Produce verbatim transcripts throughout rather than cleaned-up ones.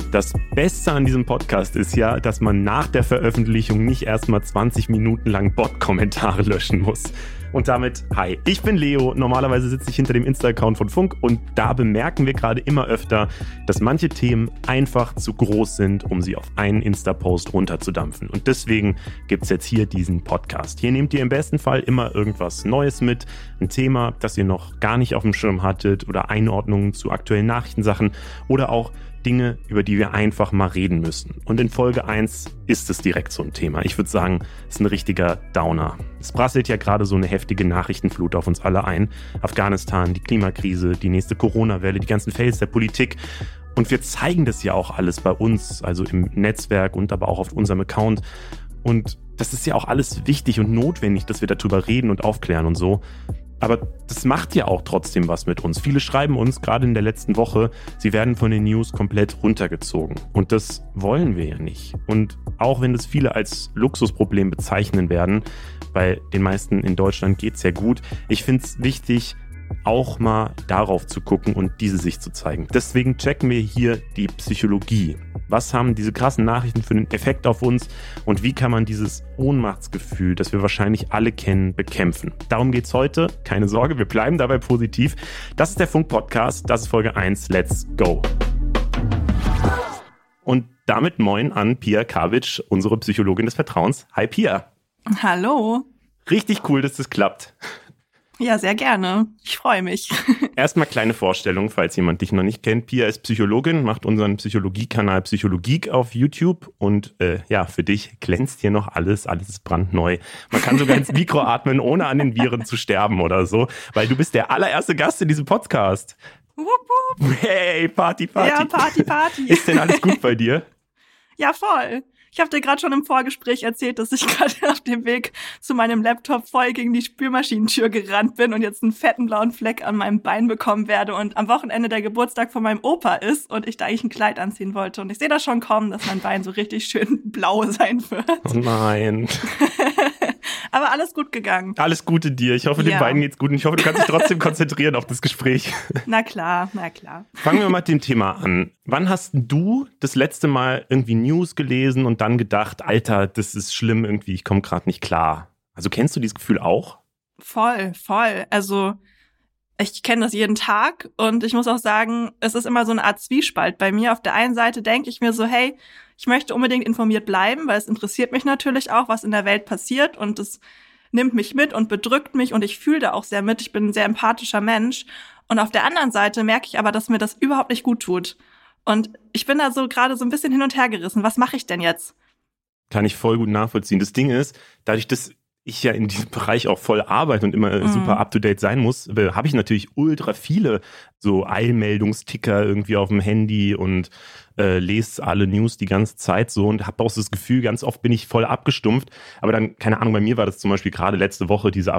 Das Beste an diesem Podcast ist ja, dass man nach der Veröffentlichung nicht erstmal zwanzig Minuten lang Bot-Kommentare löschen muss. Und damit, hi, ich bin Leo. Normalerweise sitze ich hinter dem Insta-Account von Funk und da bemerken wir gerade immer öfter, dass manche Themen einfach zu groß sind, um sie auf einen Insta-Post runterzudampfen. Und deswegen gibt es jetzt hier diesen Podcast. Hier nehmt ihr im besten Fall immer irgendwas Neues mit, ein Thema, das ihr noch gar nicht auf dem Schirm hattet oder Einordnungen zu aktuellen Nachrichtensachen oder auch Dinge, über die wir einfach mal reden müssen. Und in Folge eins ist es direkt so ein Thema. Ich würde sagen, es ist ein richtiger Downer. Es prasselt ja gerade so eine heftige Nachrichtenflut auf uns alle ein. Afghanistan, die Klimakrise, die nächste Corona-Welle, die ganzen Fails der Politik. Und wir zeigen das ja auch alles bei uns, also im Netzwerk und aber auch auf unserem Account. Und das ist ja auch alles wichtig und notwendig, dass wir darüber reden und aufklären und so. Aber das macht ja auch trotzdem was mit uns. Viele schreiben uns, gerade in der letzten Woche, sie werden von den News komplett runtergezogen. Und das wollen wir ja nicht. Und auch wenn das viele als Luxusproblem bezeichnen werden, weil den meisten in Deutschland geht's ja gut, ich finde es wichtig, auch mal darauf zu gucken und diese Sicht zu zeigen. Deswegen checken wir hier die Psychologie. Was haben diese krassen Nachrichten für einen Effekt auf uns und wie kann man dieses Ohnmachtsgefühl, das wir wahrscheinlich alle kennen, bekämpfen? Darum geht's heute. Keine Sorge, wir bleiben dabei positiv. Das ist der Funk-Podcast, das ist Folge eins. Let's go! Und damit moin an Pia Kavic, unsere Psychologin des Vertrauens. Hi Pia! Hallo! Richtig cool, dass das klappt. Ja, sehr gerne. Ich freue mich. Erstmal kleine Vorstellung, falls jemand dich noch nicht kennt. Pia ist Psychologin, macht unseren Psychologie-Kanal Psychologie auf YouTube und äh, ja, für dich glänzt hier noch alles, alles ist brandneu. Man kann sogar ins Mikro atmen, ohne an den Viren zu sterben oder so, weil du bist der allererste Gast in diesem Podcast. Wupp, wupp. Hey, Party, Party. Ja, Party, Party. Ist denn alles gut bei dir? Ja, voll. Ich habe dir gerade schon im Vorgespräch erzählt, dass ich gerade auf dem Weg zu meinem Laptop voll gegen die Spülmaschinentür gerannt bin und jetzt einen fetten blauen Fleck an meinem Bein bekommen werde und am Wochenende der Geburtstag von meinem Opa ist und ich da eigentlich ein Kleid anziehen wollte. Und ich sehe das schon kommen, dass mein Bein so richtig schön blau sein wird. Oh nein. Aber alles gut gegangen. Alles Gute dir. Ich hoffe, ja. den beiden geht's gut und ich hoffe, du kannst dich trotzdem konzentrieren auf das Gespräch. Na klar, na klar. Fangen wir mal mit dem Thema an. Wann hast du das letzte Mal irgendwie News gelesen und dann gedacht, Alter, das ist schlimm irgendwie, ich komme gerade nicht klar? Also kennst du dieses Gefühl auch? Voll, voll. Also ich kenne das jeden Tag und ich muss auch sagen, es ist immer so eine Art Zwiespalt bei mir. Auf der einen Seite denke ich mir so, hey, ich möchte unbedingt informiert bleiben, weil es interessiert mich natürlich auch, was in der Welt passiert und es nimmt mich mit und bedrückt mich und ich fühle da auch sehr mit. Ich bin ein sehr empathischer Mensch und auf der anderen Seite merke ich aber, dass mir das überhaupt nicht gut tut. Und ich bin da so gerade so ein bisschen hin und her gerissen. Was mache ich denn jetzt? Kann ich voll gut nachvollziehen. Das Ding ist, dadurch, dass ich ja in diesem Bereich auch voll arbeite und immer mhm. super up-to-date sein muss, habe ich natürlich ultra viele so Eilmeldungsticker irgendwie auf dem Handy und äh, lese alle News die ganze Zeit so und habe auch so das Gefühl, ganz oft bin ich voll abgestumpft. Aber dann, keine Ahnung, bei mir war das zum Beispiel gerade letzte Woche diese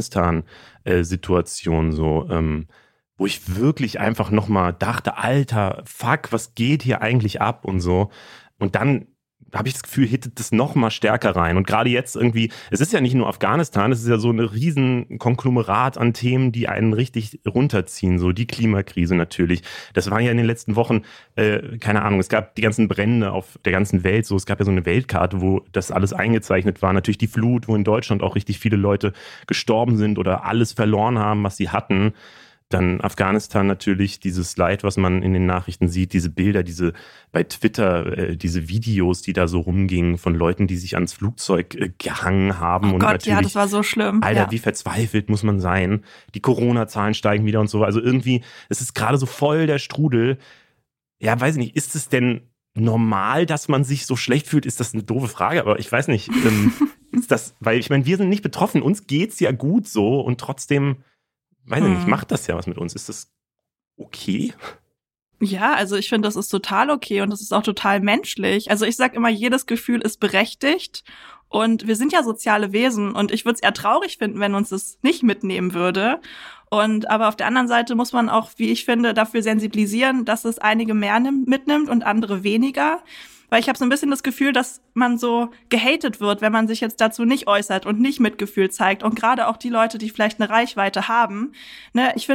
Afghanistan-Situation so, ähm, wo ich wirklich einfach nochmal dachte, Alter, fuck, was geht hier eigentlich ab und so. Und dann habe ich das Gefühl, hittet das noch mal stärker rein. Und gerade jetzt irgendwie, es ist ja nicht nur Afghanistan, es ist ja so ein riesen Konglomerat an Themen, die einen richtig runterziehen. So die Klimakrise natürlich. Das war ja in den letzten Wochen, äh, keine Ahnung, es gab die ganzen Brände auf der ganzen Welt. So, es gab ja so eine Weltkarte, wo das alles eingezeichnet war. Natürlich die Flut, wo in Deutschland auch richtig viele Leute gestorben sind oder alles verloren haben, was sie hatten. Dann Afghanistan natürlich, dieses Leid, was man in den Nachrichten sieht, diese Bilder, diese bei Twitter, äh, diese Videos, die da so rumgingen von Leuten, die sich ans Flugzeug äh, gehangen haben. Oh und Gott, natürlich, ja, das war so schlimm. Alter, ja. wie verzweifelt muss man sein. Die Corona-Zahlen steigen wieder und so. Also irgendwie, es ist gerade so voll der Strudel. Ja, weiß ich nicht, ist es denn normal, dass man sich so schlecht fühlt? Ist das eine doofe Frage, aber ich weiß nicht. Ähm, ist das, weil ich meine, wir sind nicht betroffen, uns geht's ja gut so und trotzdem weiß ich nicht, macht das ja was mit uns. Ist das okay? Ja, also ich finde, das ist total okay und das ist auch total menschlich. Also ich sag immer, jedes Gefühl ist berechtigt und wir sind ja soziale Wesen und ich würde es eher traurig finden, wenn uns das nicht mitnehmen würde. Und aber auf der anderen Seite muss man auch, wie ich finde, dafür sensibilisieren, dass es einige mehr nimm- mitnimmt und andere weniger. Weil ich habe so ein bisschen das Gefühl, dass man so gehatet wird, wenn man sich jetzt dazu nicht äußert und nicht Mitgefühl zeigt. Und gerade auch die Leute, die vielleicht eine Reichweite haben. Ne, ich finde, das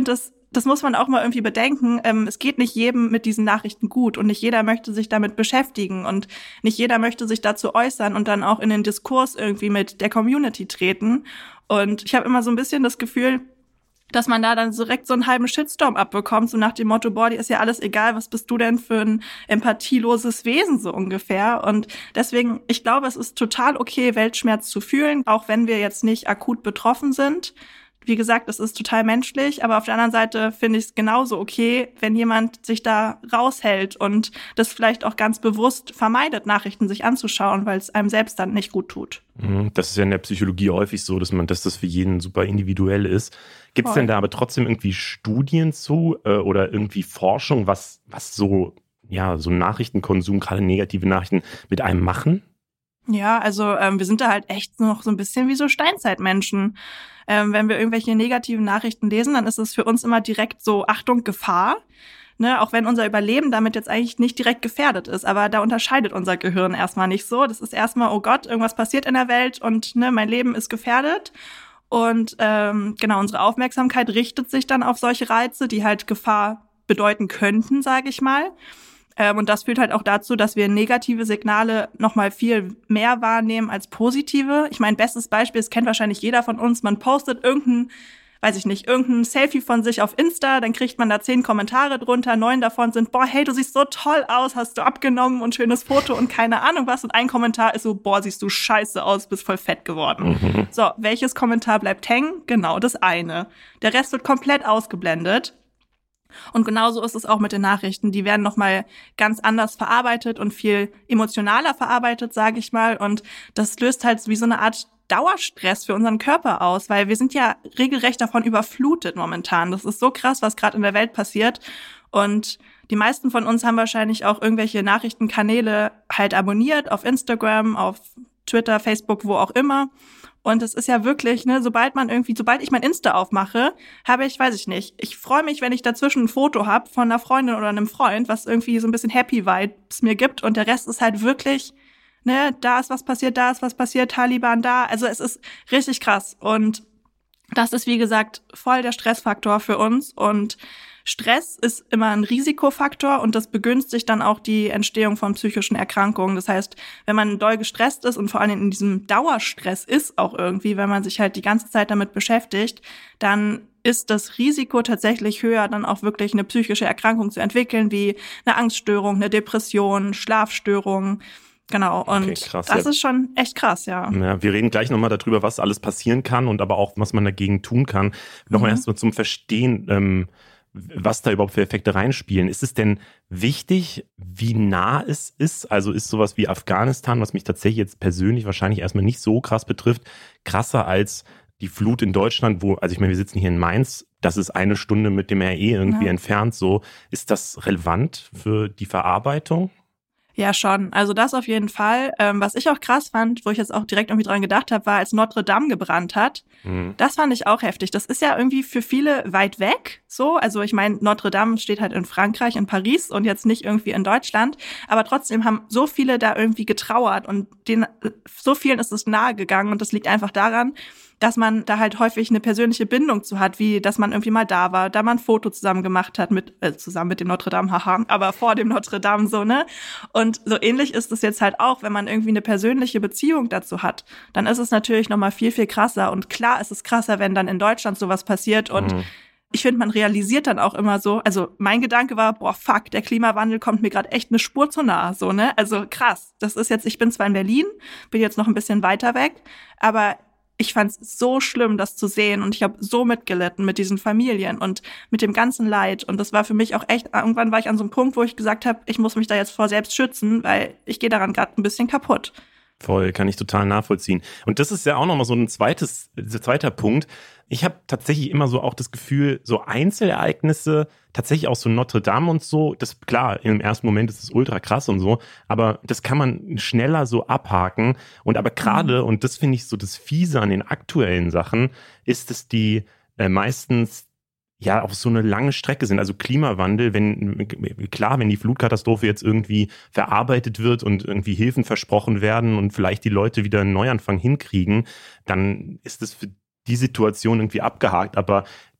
das muss man auch mal irgendwie bedenken. Ähm, es geht nicht jedem mit diesen Nachrichten gut und nicht jeder möchte sich damit beschäftigen und nicht jeder möchte sich dazu äußern und dann auch in den Diskurs irgendwie mit der Community treten. Und ich habe immer so ein bisschen das Gefühl, dass man da dann direkt so einen halben Shitstorm abbekommt, so nach dem Motto, boah, dir ist ja alles egal, was bist du denn für ein empathieloses Wesen so ungefähr. Und deswegen, ich glaube, es ist total okay, Weltschmerz zu fühlen, auch wenn wir jetzt nicht akut betroffen sind. Wie gesagt, es ist total menschlich, aber auf der anderen Seite finde ich es genauso okay, wenn jemand sich da raushält und das vielleicht auch ganz bewusst vermeidet, Nachrichten sich anzuschauen, weil es einem selbst dann nicht gut tut. Das ist ja in der Psychologie häufig so, dass man, dass das für jeden super individuell ist. Gibt es denn da aber trotzdem irgendwie Studien zu äh, oder irgendwie Forschung, was, was so, ja, so Nachrichtenkonsum, gerade negative Nachrichten mit einem machen? Ja, also ähm, wir sind da halt echt noch so ein bisschen wie so Steinzeitmenschen. Ähm, wenn wir irgendwelche negativen Nachrichten lesen, dann ist es für uns immer direkt so, Achtung, Gefahr. Ne, auch wenn unser Überleben damit jetzt eigentlich nicht direkt gefährdet ist, aber da unterscheidet unser Gehirn erstmal nicht so. Das ist erstmal, oh Gott, irgendwas passiert in der Welt und ne, mein Leben ist gefährdet. Und ähm, genau, unsere Aufmerksamkeit richtet sich dann auf solche Reize, die halt Gefahr bedeuten könnten, sage ich mal. Ähm, und das führt halt auch dazu, dass wir negative Signale nochmal viel mehr wahrnehmen als positive. Ich meine, bestes Beispiel, das kennt wahrscheinlich jeder von uns, man postet irgendein, weiß ich nicht, irgendein Selfie von sich auf Insta, dann kriegt man da zehn Kommentare drunter, neun davon sind, boah, hey, du siehst so toll aus, hast du abgenommen und schönes Foto und keine Ahnung was. Und ein Kommentar ist so, boah, siehst du scheiße aus, bist voll fett geworden. Mhm. So, welches Kommentar bleibt hängen? Genau, das eine. Der Rest wird komplett ausgeblendet. Und genauso ist es auch mit den Nachrichten. Die werden nochmal ganz anders verarbeitet und viel emotionaler verarbeitet, sage ich mal. Und das löst halt wie so eine Art Dauerstress für unseren Körper aus, weil wir sind ja regelrecht davon überflutet momentan. Das ist so krass, was gerade in der Welt passiert. Und die meisten von uns haben wahrscheinlich auch irgendwelche Nachrichtenkanäle halt abonniert, auf Instagram, auf Twitter, Facebook, wo auch immer. Und es ist ja wirklich, ne, sobald man irgendwie, sobald ich mein Insta aufmache, habe ich, weiß ich nicht, ich freue mich, wenn ich dazwischen ein Foto habe von einer Freundin oder einem Freund, was irgendwie so ein bisschen Happy Vibes mir gibt. Und der Rest ist halt wirklich, ne, da ist was passiert, da ist was passiert, Taliban da. Also es ist richtig krass. Und das ist, wie gesagt, voll der Stressfaktor für uns. Und Stress ist immer ein Risikofaktor und das begünstigt dann auch die Entstehung von psychischen Erkrankungen. Das heißt, wenn man doll gestresst ist und vor allem in diesem Dauerstress ist auch irgendwie, wenn man sich halt die ganze Zeit damit beschäftigt, dann ist das Risiko tatsächlich höher, dann auch wirklich eine psychische Erkrankung zu entwickeln, wie eine Angststörung, eine Depression, Schlafstörung. Genau, und okay, krass, das ja. ist schon echt krass, ja. ja. Wir reden gleich nochmal darüber, was alles passieren kann und aber auch, was man dagegen tun kann. Nochmal mhm. erst mal zum Verstehen, ähm, was da überhaupt für Effekte reinspielen. Ist es denn wichtig, wie nah es ist? Also ist sowas wie Afghanistan, was mich tatsächlich jetzt persönlich wahrscheinlich erstmal nicht so krass betrifft, krasser als die Flut in Deutschland, wo, also ich meine, wir sitzen hier in Mainz, das ist eine Stunde mit dem R E irgendwie ja. entfernt, so. Ist das relevant für die Verarbeitung? Ja, schon. Also das auf jeden Fall. Ähm, was ich auch krass fand, wo ich jetzt auch direkt irgendwie dran gedacht habe, war, als Notre Dame gebrannt hat. Mhm. Das fand ich auch heftig. Das ist ja irgendwie für viele weit weg, so. Also ich meine, Notre Dame steht halt in Frankreich, in Paris und jetzt nicht irgendwie in Deutschland. Aber trotzdem haben so viele da irgendwie getrauert und denen, so vielen ist es nahe gegangen. Und das liegt einfach daran, dass man da halt häufig eine persönliche Bindung zu hat, wie dass man irgendwie mal da war, da man ein Foto zusammen gemacht hat, mit äh, zusammen mit dem Notre Dame, haha, aber vor dem Notre Dame so, ne? Und so ähnlich ist es jetzt halt auch, wenn man irgendwie eine persönliche Beziehung dazu hat, dann ist es natürlich nochmal viel, viel krasser. Und klar ist es krasser, wenn dann in Deutschland sowas passiert und mhm. ich finde, man realisiert dann auch immer so, also mein Gedanke war, boah, fuck, der Klimawandel kommt mir gerade echt eine Spur zu nahe, so, ne? Also krass, das ist jetzt, ich bin zwar in Berlin, bin jetzt noch ein bisschen weiter weg, aber ich fand's so schlimm, das zu sehen und ich habe so mitgelitten mit diesen Familien und mit dem ganzen Leid und das war für mich auch echt, irgendwann war ich an so einem Punkt, wo ich gesagt habe, ich muss mich da jetzt vor selbst schützen, weil ich gehe daran gerade ein bisschen kaputt. Voll, kann ich total nachvollziehen. Und das ist ja auch nochmal so ein zweites, zweiter Punkt. Ich habe tatsächlich immer so auch das Gefühl, so Einzelereignisse, tatsächlich auch so Notre Dame und so, das klar, im ersten Moment ist es ultra krass und so, aber das kann man schneller so abhaken. Und aber gerade, mhm. und das finde ich so das Fiese an den aktuellen Sachen, ist, dass die äh, meistens ja auf so eine lange Strecke sind. Also Klimawandel, wenn klar, wenn die Flutkatastrophe jetzt irgendwie verarbeitet wird und irgendwie Hilfen versprochen werden und vielleicht die Leute wieder einen Neuanfang hinkriegen, dann ist es für die Situation irgendwie abgehakt. Aber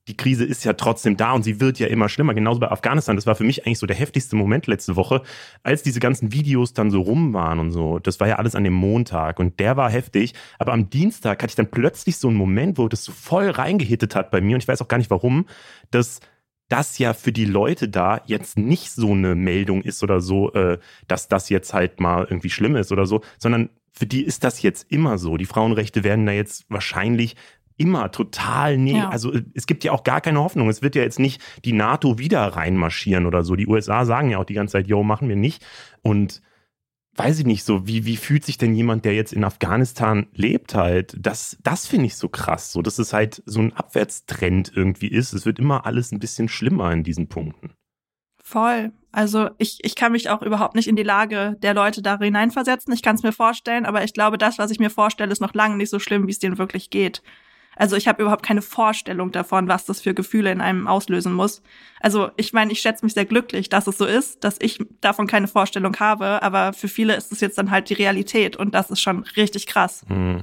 die Krise ist ja trotzdem da und sie wird ja immer schlimmer. Genauso bei Afghanistan. Das war für mich eigentlich so der heftigste Moment letzte Woche, als diese ganzen Videos dann so rum waren und so. Das war ja alles an dem Montag und der war heftig. Aber am Dienstag hatte ich dann plötzlich so einen Moment, wo das so voll reingehittet hat bei mir und ich weiß auch gar nicht warum, dass das ja für die Leute da jetzt nicht so eine Meldung ist oder so, äh, dass das jetzt halt mal irgendwie schlimm ist oder so, sondern für die ist das jetzt immer so. Die Frauenrechte werden da jetzt wahrscheinlich immer total, nee, ja. Also es gibt ja auch gar keine Hoffnung. Es wird ja jetzt nicht die NATO wieder reinmarschieren oder so. Die U S A sagen ja auch die ganze Zeit, yo, machen wir nicht. Und weiß ich nicht so, wie, wie fühlt sich denn jemand, der jetzt in Afghanistan lebt halt? Das, das finde ich so krass, so, dass es halt so ein Abwärtstrend irgendwie ist. Es wird immer alles ein bisschen schlimmer in diesen Punkten. Voll. Also ich, ich kann mich auch überhaupt nicht in die Lage der Leute da hineinversetzen. Ich kann es mir vorstellen, aber ich glaube, das, was ich mir vorstelle, ist noch lange nicht so schlimm, wie es denen wirklich geht. Also ich habe überhaupt keine Vorstellung davon, was das für Gefühle in einem auslösen muss. Also ich meine, ich schätze mich sehr glücklich, dass es so ist, dass ich davon keine Vorstellung habe, aber für viele ist es jetzt dann halt die Realität und das ist schon richtig krass. Hm.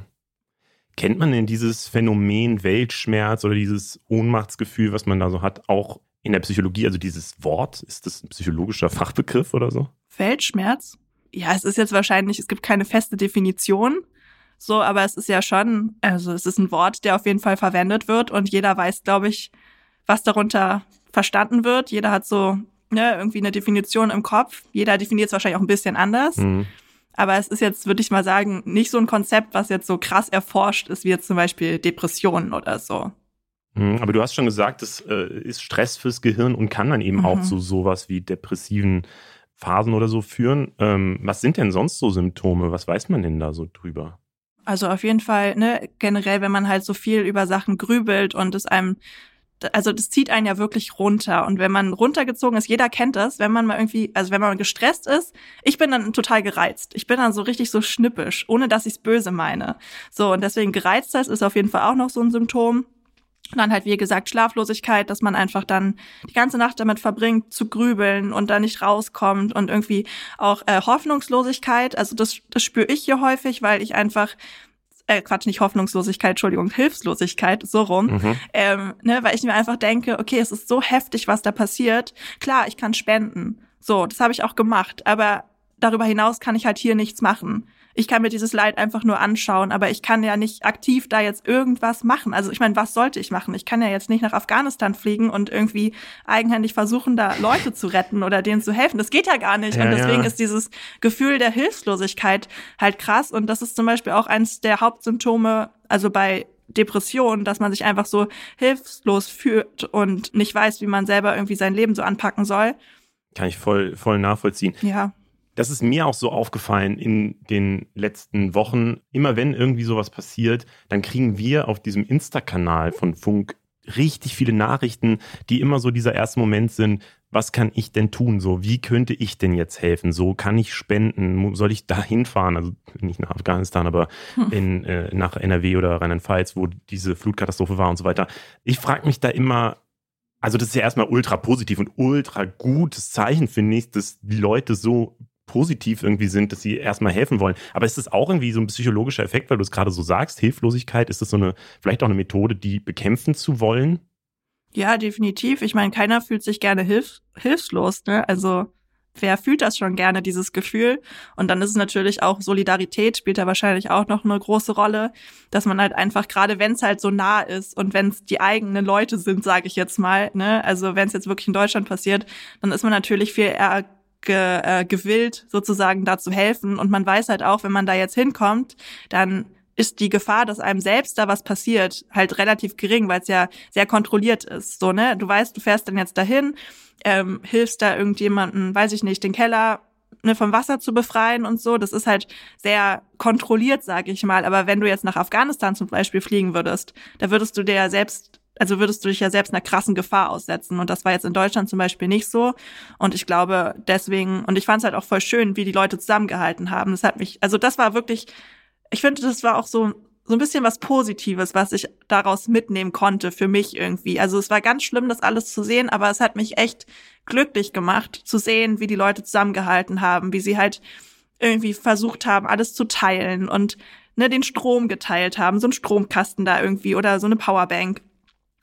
Kennt man denn dieses Phänomen Weltschmerz oder dieses Ohnmachtsgefühl, was man da so hat, auch in der Psychologie? Also dieses Wort, ist das ein psychologischer Fachbegriff oder so? Weltschmerz? Ja, es ist jetzt wahrscheinlich, es gibt keine feste Definition. So, aber es ist ja schon, also es ist ein Wort, der auf jeden Fall verwendet wird und jeder weiß, glaube ich, was darunter verstanden wird. Jeder hat so ne, irgendwie eine Definition im Kopf. Jeder definiert es wahrscheinlich auch ein bisschen anders. Mhm. Aber es ist jetzt, würde ich mal sagen, nicht so ein Konzept, was jetzt so krass erforscht ist, wie jetzt zum Beispiel Depressionen oder so. Mhm, aber du hast schon gesagt, das äh, ist Stress fürs Gehirn und kann dann eben mhm. auch zu sowas wie depressiven Phasen oder so führen. Ähm, was sind denn sonst so Symptome? Was weiß man denn da so drüber? Also auf jeden Fall, ne, generell, wenn man halt so viel über Sachen grübelt und es einem, also das zieht einen ja wirklich runter. Und wenn man runtergezogen ist, jeder kennt das, wenn man mal irgendwie, also wenn man gestresst ist, ich bin dann total gereizt. Ich bin dann so richtig so schnippisch, ohne dass ich es böse meine. So, und deswegen Gereiztheit ist auf jeden Fall auch noch so ein Symptom. Und dann halt, wie gesagt, Schlaflosigkeit, dass man einfach dann die ganze Nacht damit verbringt, zu grübeln und da nicht rauskommt und irgendwie auch äh, Hoffnungslosigkeit. Also das, das spüre ich hier häufig, weil ich einfach, äh, Quatsch, nicht Hoffnungslosigkeit, Entschuldigung, Hilflosigkeit, so rum. Mhm. Ähm, ne, weil ich mir einfach denke, okay, es ist so heftig, was da passiert. Klar, ich kann spenden. So, das habe ich auch gemacht. Aber darüber hinaus kann ich halt hier nichts machen. Ich kann mir dieses Leid einfach nur anschauen, aber ich kann ja nicht aktiv da jetzt irgendwas machen. Also ich meine, was sollte ich machen? Ich kann ja jetzt nicht nach Afghanistan fliegen und irgendwie eigenhändig versuchen, da Leute zu retten oder denen zu helfen. Das geht ja gar nicht. Ja, und deswegen ja. ist dieses Gefühl der Hilflosigkeit halt krass. Und das ist zum Beispiel auch eines der Hauptsymptome, also bei Depressionen, dass man sich einfach so hilflos fühlt und nicht weiß, wie man selber irgendwie sein Leben so anpacken soll. Kann ich voll, voll nachvollziehen. Ja. Das ist mir auch so aufgefallen in den letzten Wochen. Immer wenn irgendwie sowas passiert, dann kriegen wir auf diesem Insta-Kanal von Funk richtig viele Nachrichten, die immer so dieser erste Moment sind, was kann ich denn tun? So, wie könnte ich denn jetzt helfen? So, kann ich spenden? Soll ich da hinfahren? Also nicht nach Afghanistan, aber in, äh, nach N R W oder Rheinland-Pfalz, wo diese Flutkatastrophe war und so weiter. Ich frage mich da immer, also das ist ja erstmal ultra positiv und ultra gutes Zeichen, finde ich, dass die Leute so positiv irgendwie sind, dass sie erstmal helfen wollen. Aber ist das auch irgendwie so ein psychologischer Effekt, weil du es gerade so sagst, Hilflosigkeit, ist das so eine, vielleicht auch eine Methode, die bekämpfen zu wollen? Ja, definitiv. Ich meine, keiner fühlt sich gerne hilf- hilflos, ne? Also wer fühlt das schon gerne, dieses Gefühl? Und dann ist es natürlich auch Solidarität, spielt da wahrscheinlich auch noch eine große Rolle, dass man halt einfach, gerade wenn es halt so nah ist und wenn es die eigenen Leute sind, sage ich jetzt mal, ne? Also wenn es jetzt wirklich in Deutschland passiert, dann ist man natürlich viel eher Ge, äh, gewillt, sozusagen da zu helfen. Und man weiß halt auch, wenn man da jetzt hinkommt, dann ist die Gefahr, dass einem selbst da was passiert, halt relativ gering, weil es ja sehr kontrolliert ist. So, ne? Du weißt, du fährst dann jetzt dahin, ähm, hilfst da irgendjemanden, weiß ich nicht, den Keller ne, vom Wasser zu befreien und so. Das ist halt sehr kontrolliert, sage ich mal. Aber wenn du jetzt nach Afghanistan zum Beispiel fliegen würdest, da würdest du dir ja selbst Also würdest du dich ja selbst einer krassen Gefahr aussetzen. Und das war jetzt in Deutschland zum Beispiel nicht so. Und ich glaube deswegen, und ich fand es halt auch voll schön, wie die Leute zusammengehalten haben. Das hat mich, also das war wirklich, ich finde, das war auch so, so ein bisschen was Positives, was ich daraus mitnehmen konnte für mich irgendwie. Also es war ganz schlimm, das alles zu sehen, aber es hat mich echt glücklich gemacht, zu sehen, wie die Leute zusammengehalten haben, wie sie halt irgendwie versucht haben, alles zu teilen und ne, den Strom geteilt haben, so einen Stromkasten da irgendwie oder so eine Powerbank.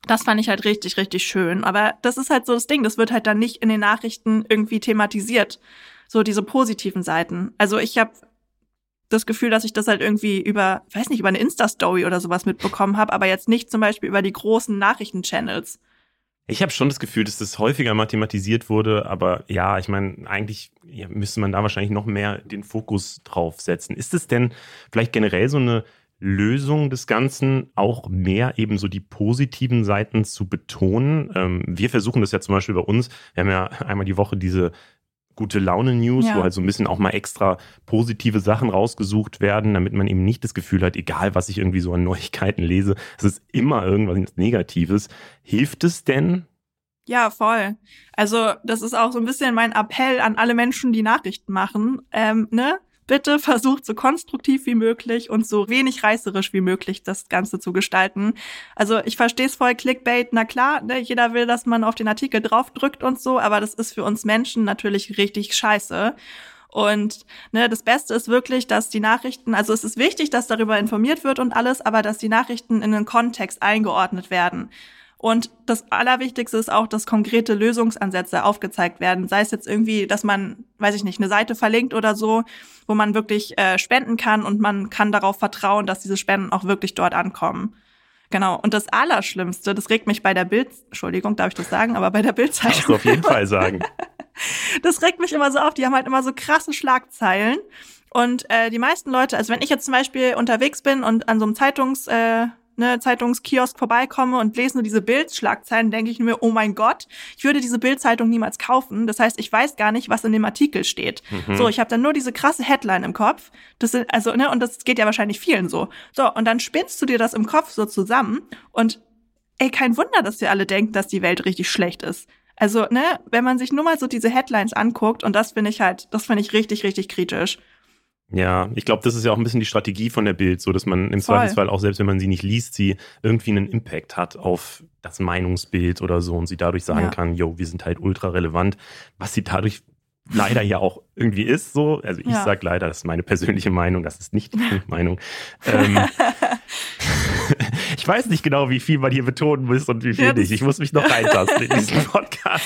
Das fand ich halt richtig, richtig schön. Aber das ist halt so das Ding, das wird halt dann nicht in den Nachrichten irgendwie thematisiert. So diese positiven Seiten. Also ich habe das Gefühl, dass ich das halt irgendwie über, weiß nicht, über eine Insta-Story oder sowas mitbekommen habe, aber jetzt nicht zum Beispiel über die großen Nachrichten-Channels. Ich habe schon das Gefühl, dass das häufiger mal thematisiert wurde, aber ja, ich meine, eigentlich ja, müsste man da wahrscheinlich noch mehr den Fokus drauf setzen. Ist es denn vielleicht generell so eine Lösung des Ganzen, auch mehr eben so die positiven Seiten zu betonen? Ähm, wir versuchen das ja zum Beispiel bei uns. Wir haben ja einmal die Woche diese gute Laune-News, ja. wo halt so ein bisschen auch mal extra positive Sachen rausgesucht werden, damit man eben nicht das Gefühl hat, egal was ich irgendwie so an Neuigkeiten lese, es ist immer irgendwas Negatives. Hilft es denn? Ja, voll. Also das ist auch so ein bisschen mein Appell an alle Menschen, die Nachrichten machen. Ähm, ne? Bitte versucht so konstruktiv wie möglich und so wenig reißerisch wie möglich das Ganze zu gestalten. Also ich verstehe es voll, Clickbait, na klar, ne, jeder will, dass man auf den Artikel draufdrückt und so, aber das ist für uns Menschen natürlich richtig scheiße. Und ne, das Beste ist wirklich, dass die Nachrichten, also es ist wichtig, dass darüber informiert wird und alles, aber dass die Nachrichten in einen Kontext eingeordnet werden. Und das Allerwichtigste ist auch, dass konkrete Lösungsansätze aufgezeigt werden. Sei es jetzt irgendwie, dass man, weiß ich nicht, eine Seite verlinkt oder so, wo man wirklich äh, spenden kann und man kann darauf vertrauen, dass diese Spenden auch wirklich dort ankommen. Genau. Und das Allerschlimmste, das regt mich bei der Bild, Entschuldigung, darf ich das sagen, aber bei der Bildzeitung. Darfst du auf jeden Fall sagen. Das regt mich immer so auf. Die haben halt immer so krasse Schlagzeilen. Und äh, die meisten Leute, also wenn ich jetzt zum Beispiel unterwegs bin und an so einem Zeitungs... Äh, ne, Zeitungskiosk vorbeikomme und lese nur diese Bild-Schlagzeilen, denke ich mir, oh mein Gott, ich würde diese Bild-Zeitung niemals kaufen. Das heißt, ich weiß gar nicht, was in dem Artikel steht. Mhm. So, ich habe dann nur diese krasse Headline im Kopf. Das sind, also, ne, und das geht ja wahrscheinlich vielen so. So, und dann spinnst du dir das im Kopf so zusammen und ey, kein Wunder, dass wir alle denken, dass die Welt richtig schlecht ist. Also, ne, wenn man sich nur mal so diese Headlines anguckt, und das finde ich halt, das finde ich richtig, richtig kritisch. Ja, ich glaube, das ist ja auch ein bisschen die Strategie von der Bild, so dass man im Voll. Zweifelsfall auch, selbst wenn man sie nicht liest, sie irgendwie einen Impact hat auf das Meinungsbild oder so und sie dadurch sagen ja. kann, yo, wir sind halt ultra relevant, was sie dadurch leider ja auch irgendwie ist, so. Also ich ja. sag leider, das ist meine persönliche Meinung, das ist nicht die Meinung. ähm, ich weiß nicht genau, wie viel man hier betonen muss und wie viel ja, nicht. Ich muss mich noch reintasten in diesen Podcast.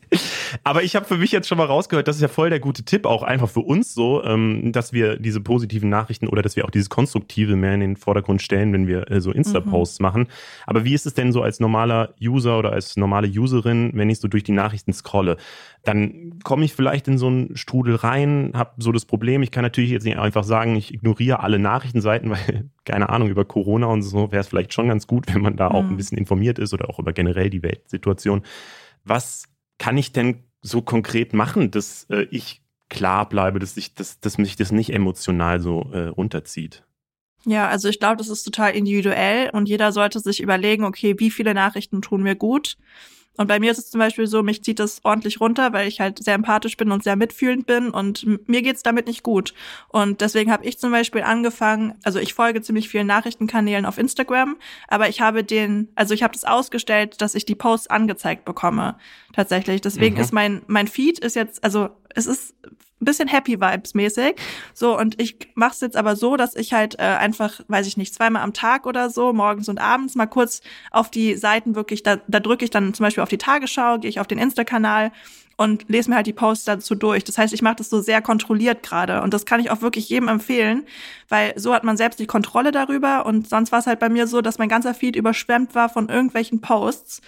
Aber ich habe für mich jetzt schon mal rausgehört, das ist ja voll der gute Tipp, auch einfach für uns so, ähm, dass wir diese positiven Nachrichten oder dass wir auch dieses Konstruktive mehr in den Vordergrund stellen, wenn wir äh, so Insta-Posts mhm. machen. Aber wie ist es denn so als normaler User oder als normale Userin, wenn ich so durch die Nachrichten scrolle? Dann komme ich vielleicht in so einen Strudel rein, habe so das Problem, ich kann natürlich jetzt nicht einfach sagen, ich ignoriere alle Nachrichtenseiten, weil, keine Ahnung, über Corona und so wäre es vielleicht schon ganz gut, wenn man da mhm. auch ein bisschen informiert ist oder auch über generell die Weltsituation. Was kann ich denn so konkret machen, dass äh, ich klar bleibe, dass, ich, dass, dass mich das nicht emotional so äh, runterzieht? Ja, also ich glaube, das ist total individuell und jeder sollte sich überlegen, okay, wie viele Nachrichten tun mir gut? Und bei mir ist es zum Beispiel so, mich zieht das ordentlich runter, weil ich halt sehr empathisch bin und sehr mitfühlend bin und mir geht's damit nicht gut. Und deswegen habe ich zum Beispiel angefangen, also ich folge ziemlich vielen Nachrichtenkanälen auf Instagram, aber ich habe den, also ich habe das ausgestellt, dass ich die Posts angezeigt bekomme, tatsächlich. Deswegen mhm. ist mein mein Feed ist jetzt, also es ist ein bisschen Happy-Vibes-mäßig. So, und ich mache es jetzt aber so, dass ich halt äh, einfach, weiß ich nicht, zweimal am Tag oder so, morgens und abends mal kurz auf die Seiten wirklich, da, da drücke ich dann zum Beispiel auf die Tagesschau, gehe ich auf den Insta-Kanal und lese mir halt die Posts dazu durch. Das heißt, ich mache das so sehr kontrolliert gerade und das kann ich auch wirklich jedem empfehlen, weil so hat man selbst die Kontrolle darüber und sonst war es halt bei mir so, dass mein ganzer Feed überschwemmt war von irgendwelchen Posts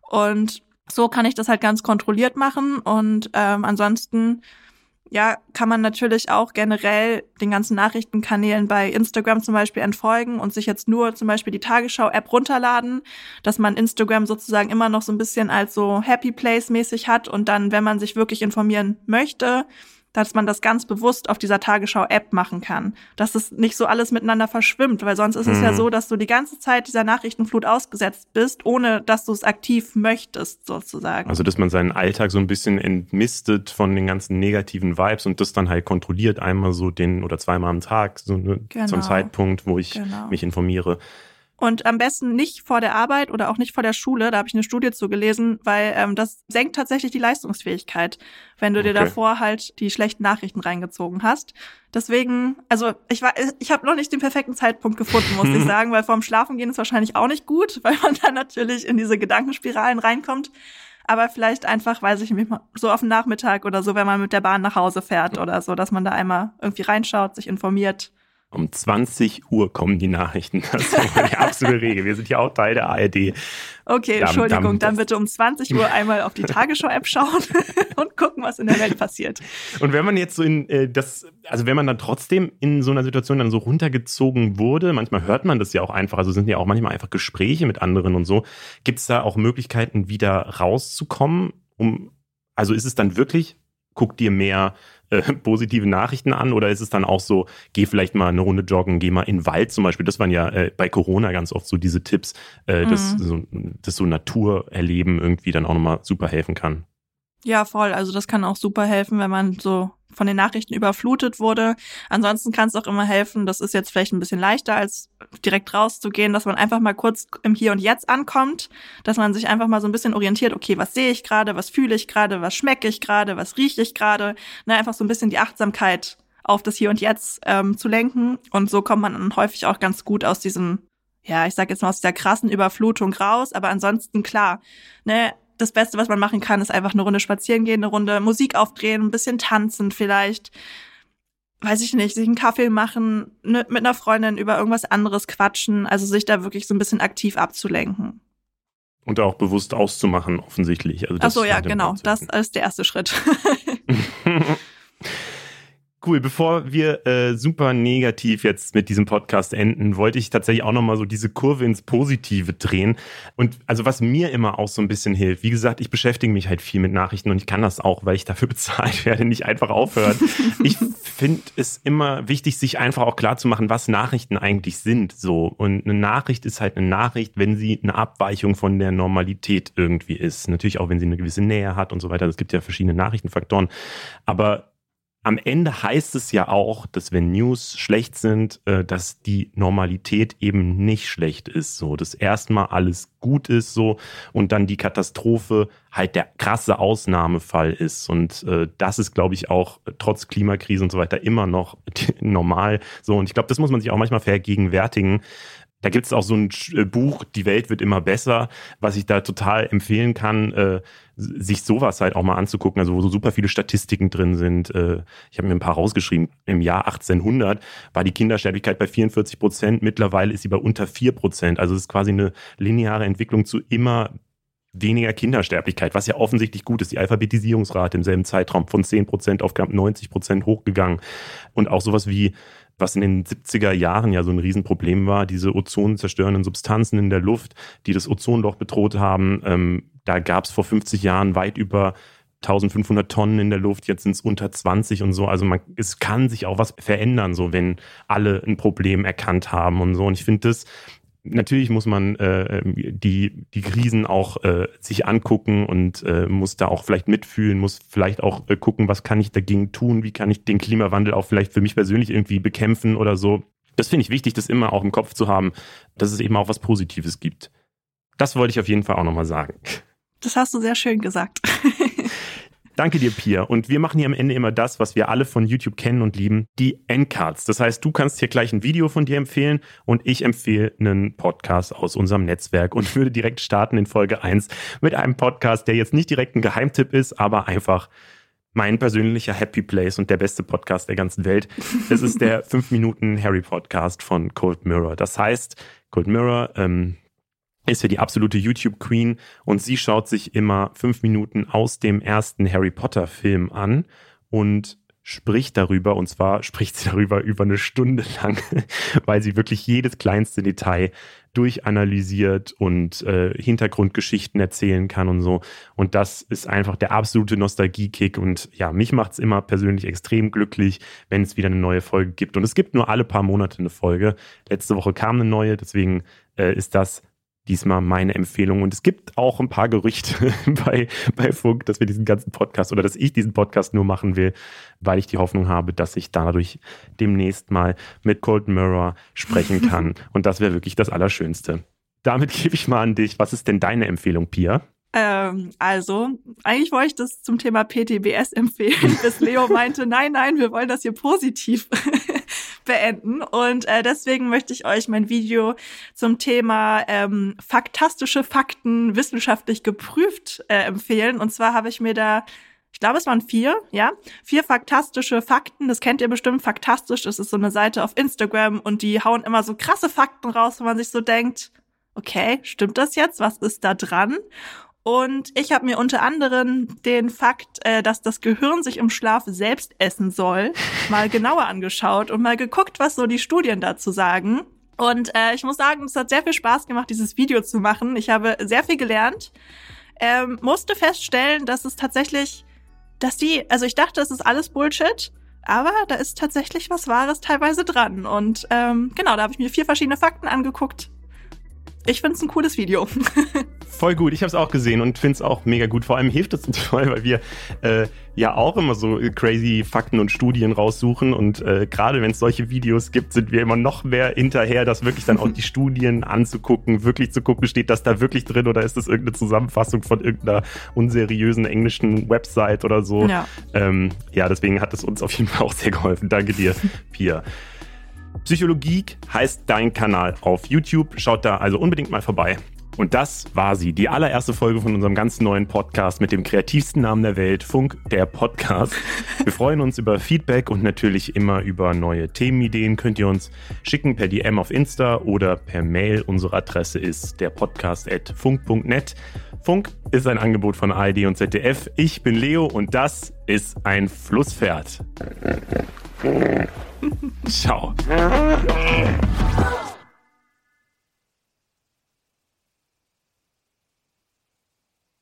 und so kann ich das halt ganz kontrolliert machen und ähm, ansonsten ja, kann man natürlich auch generell den ganzen Nachrichtenkanälen bei Instagram zum Beispiel entfolgen und sich jetzt nur zum Beispiel die Tagesschau-App runterladen, dass man Instagram sozusagen immer noch so ein bisschen als so Happy Place-mäßig hat und dann, wenn man sich wirklich informieren möchte, dass man das ganz bewusst auf dieser Tagesschau-App machen kann. Dass es nicht so alles miteinander verschwimmt, weil sonst ist es mhm. ja so, dass du die ganze Zeit dieser Nachrichtenflut ausgesetzt bist, ohne dass du es aktiv möchtest, sozusagen. Also, dass man seinen Alltag so ein bisschen entmistet von den ganzen negativen Vibes und das dann halt kontrolliert, einmal so den oder zweimal am Tag, so ne, genau. zum Zeitpunkt, wo ich genau. mich informiere. Und am besten nicht vor der Arbeit oder auch nicht vor der Schule, da habe ich eine Studie zu gelesen, weil ähm, das senkt tatsächlich die Leistungsfähigkeit, wenn du dir Okay. davor halt die schlechten Nachrichten reingezogen hast. Deswegen, also ich war, ich habe noch nicht den perfekten Zeitpunkt gefunden, muss ich sagen, weil vorm Schlafengehen ist wahrscheinlich auch nicht gut, weil man dann natürlich in diese Gedankenspiralen reinkommt. Aber vielleicht einfach, weiß ich nicht, so auf den Nachmittag oder so, wenn man mit der Bahn nach Hause fährt oder so, dass man da einmal irgendwie reinschaut, sich informiert. Um zwanzig Uhr kommen die Nachrichten. Das ist die absolute Regel. Wir sind ja auch Teil der A R D. Okay, Dam, Entschuldigung, dam, dann das- bitte um zwanzig Uhr einmal auf die Tagesschau-App schauen und gucken, was in der Welt passiert. Und wenn man jetzt so in äh, das, also wenn man dann trotzdem in so einer Situation dann so runtergezogen wurde, manchmal hört man das ja auch einfach, also sind ja auch manchmal einfach Gespräche mit anderen und so, gibt es da auch Möglichkeiten, wieder rauszukommen? Um, also ist es dann wirklich, guck dir mehr äh, positive Nachrichten an oder ist es dann auch so, geh vielleicht mal eine Runde joggen, geh mal in den Wald zum Beispiel, das waren ja äh, bei Corona ganz oft so diese Tipps, äh, dass, Mhm. so, dass so Naturerleben irgendwie dann auch nochmal super helfen kann. Ja, voll. Also das kann auch super helfen, wenn man so von den Nachrichten überflutet wurde. Ansonsten kann es auch immer helfen, das ist jetzt vielleicht ein bisschen leichter, als direkt rauszugehen, dass man einfach mal kurz im Hier und Jetzt ankommt, dass man sich einfach mal so ein bisschen orientiert, okay, was sehe ich gerade, was fühle ich gerade, was schmecke ich gerade, was rieche ich gerade, ne, einfach so ein bisschen die Achtsamkeit auf das Hier und Jetzt ähm, zu lenken. Und so kommt man dann häufig auch ganz gut aus diesem, ja, ich sag jetzt mal aus dieser krassen Überflutung raus. Aber ansonsten, klar, ne, das Beste, was man machen kann, ist einfach eine Runde spazieren gehen, eine Runde Musik aufdrehen, ein bisschen tanzen vielleicht, weiß ich nicht, sich einen Kaffee machen, ne, mit einer Freundin über irgendwas anderes quatschen, also sich da wirklich so ein bisschen aktiv abzulenken. Und auch bewusst auszumachen, offensichtlich. Also Ach so, ja, mit dem genau, Raushalten. das ist der erste Schritt. Cool, bevor wir äh, super negativ jetzt mit diesem Podcast enden, wollte ich tatsächlich auch nochmal so diese Kurve ins Positive drehen. Und also was mir immer auch so ein bisschen hilft, wie gesagt, ich beschäftige mich halt viel mit Nachrichten und ich kann das auch, weil ich dafür bezahlt werde, nicht einfach aufhören. Ich finde es immer wichtig, sich einfach auch klar zu machen, was Nachrichten eigentlich sind. So. Und eine Nachricht ist halt eine Nachricht, wenn sie eine Abweichung von der Normalität irgendwie ist. Natürlich auch, wenn sie eine gewisse Nähe hat und so weiter. Es gibt ja verschiedene Nachrichtenfaktoren. Aber am Ende heißt es ja auch, dass wenn News schlecht sind, äh, dass die Normalität eben nicht schlecht ist. So, dass erstmal alles gut ist so und dann die Katastrophe halt der krasse Ausnahmefall ist. Und äh, das ist, glaube ich, auch trotz Klimakrise und so weiter immer noch normal. So, und ich glaube, das muss man sich auch manchmal vergegenwärtigen. Da gibt es auch so ein Buch, Die Welt wird immer besser, was ich da total empfehlen kann, äh, sich sowas halt auch mal anzugucken, also wo so super viele Statistiken drin sind. Äh, ich habe mir ein paar rausgeschrieben. Im Jahr achtzehnhundert war die Kindersterblichkeit bei vierundvierzig Prozent, mittlerweile ist sie bei unter vier Prozent. Also es ist quasi eine lineare Entwicklung zu immer weniger Kindersterblichkeit, was ja offensichtlich gut ist. Die Alphabetisierungsrate im selben Zeitraum von zehn Prozent auf knapp neunzig Prozent hochgegangen. Und auch sowas wie, was in den siebziger Jahren ja so ein Riesenproblem war, diese ozonzerstörenden Substanzen in der Luft, die das Ozonloch bedroht haben. Ähm, da gab es vor fünfzig Jahren weit über eintausendfünfhundert Tonnen in der Luft, jetzt sind es unter zwanzig und so. Also man, es kann sich auch was verändern, so wenn alle ein Problem erkannt haben und so. Und ich finde das, natürlich muss man äh, die, die Krisen auch äh, sich angucken und äh, muss da auch vielleicht mitfühlen, muss vielleicht auch äh, gucken, was kann ich dagegen tun, wie kann ich den Klimawandel auch vielleicht für mich persönlich irgendwie bekämpfen oder so. Das finde ich wichtig, das immer auch im Kopf zu haben, dass es eben auch was Positives gibt. Das wollte ich auf jeden Fall auch nochmal sagen. Das hast du sehr schön gesagt. Danke dir, Pia. Und wir machen hier am Ende immer das, was wir alle von YouTube kennen und lieben, die Endcards. Das heißt, du kannst hier gleich ein Video von dir empfehlen und ich empfehle einen Podcast aus unserem Netzwerk und würde direkt starten in Folge eins mit einem Podcast, der jetzt nicht direkt ein Geheimtipp ist, aber einfach mein persönlicher Happy Place und der beste Podcast der ganzen Welt. Das ist der fünf Minuten Harry Podcast von Cold Mirror. Das heißt, Cold Mirror ähm, ist ja die absolute YouTube-Queen und sie schaut sich immer fünf Minuten aus dem ersten Harry Potter-Film an und spricht darüber, und zwar spricht sie darüber über eine Stunde lang, weil sie wirklich jedes kleinste Detail durchanalysiert und äh, Hintergrundgeschichten erzählen kann und so. Und das ist einfach der absolute Nostalgie-Kick und ja, mich macht es immer persönlich extrem glücklich, wenn es wieder eine neue Folge gibt. Und es gibt nur alle paar Monate eine Folge. Letzte Woche kam eine neue, deswegen äh, ist das diesmal meine Empfehlung. Und es gibt auch ein paar Gerüchte bei, bei Funk, dass wir diesen ganzen Podcast oder dass ich diesen Podcast nur machen will, weil ich die Hoffnung habe, dass ich dadurch demnächst mal mit Cold Mirror sprechen kann. Und das wäre wirklich das Allerschönste. Damit gebe ich mal an dich. Was ist denn deine Empfehlung, Pia? Ähm, also, eigentlich wollte ich das zum Thema P T B S empfehlen, bis Leo meinte, nein, nein, wir wollen das hier positiv beenden. Und äh, deswegen möchte ich euch mein Video zum Thema ähm, faktastische Fakten wissenschaftlich geprüft äh, empfehlen. Und zwar habe ich mir da, ich glaube, es waren vier, ja, vier faktastische Fakten. Das kennt ihr bestimmt, faktastisch. Das ist so eine Seite auf Instagram und die hauen immer so krasse Fakten raus, wo man sich so denkt, okay, stimmt das jetzt? Was ist da dran? Und ich habe mir unter anderem den Fakt, äh, dass das Gehirn sich im Schlaf selbst essen soll, mal genauer angeschaut und mal geguckt, was so die Studien dazu sagen. Und äh, ich muss sagen, es hat sehr viel Spaß gemacht, dieses Video zu machen. Ich habe sehr viel gelernt, ähm, musste feststellen, dass es tatsächlich, dass die, also ich dachte, es ist alles Bullshit, aber da ist tatsächlich was Wahres teilweise dran. Und ähm, genau, da habe ich mir vier verschiedene Fakten angeguckt. Ich find's ein cooles Video. Voll gut, ich habe es auch gesehen und finde es auch mega gut. Vor allem hilft es uns voll, weil wir äh, ja auch immer so crazy Fakten und Studien raussuchen. Und äh, gerade wenn es solche Videos gibt, sind wir immer noch mehr hinterher, das wirklich dann auch die Studien anzugucken, wirklich zu gucken, steht das da wirklich drin oder ist das irgendeine Zusammenfassung von irgendeiner unseriösen englischen Website oder so. Ja, ähm, ja deswegen hat es uns auf jeden Fall auch sehr geholfen. Danke dir, Pia. Psychologie heißt dein Kanal auf YouTube. Schaut da also unbedingt mal vorbei. Und das war sie, die allererste Folge von unserem ganz neuen Podcast mit dem kreativsten Namen der Welt, Funk, der Podcast. Wir freuen uns über Feedback und natürlich immer über neue Themenideen. Könnt ihr uns schicken per D M auf Insta oder per Mail. Unsere Adresse ist derpodcast at funk punkt net. Funk ist ein Angebot von A R D und Z D F. Ich bin Leo und das ist ein Flusspferd. Ciao.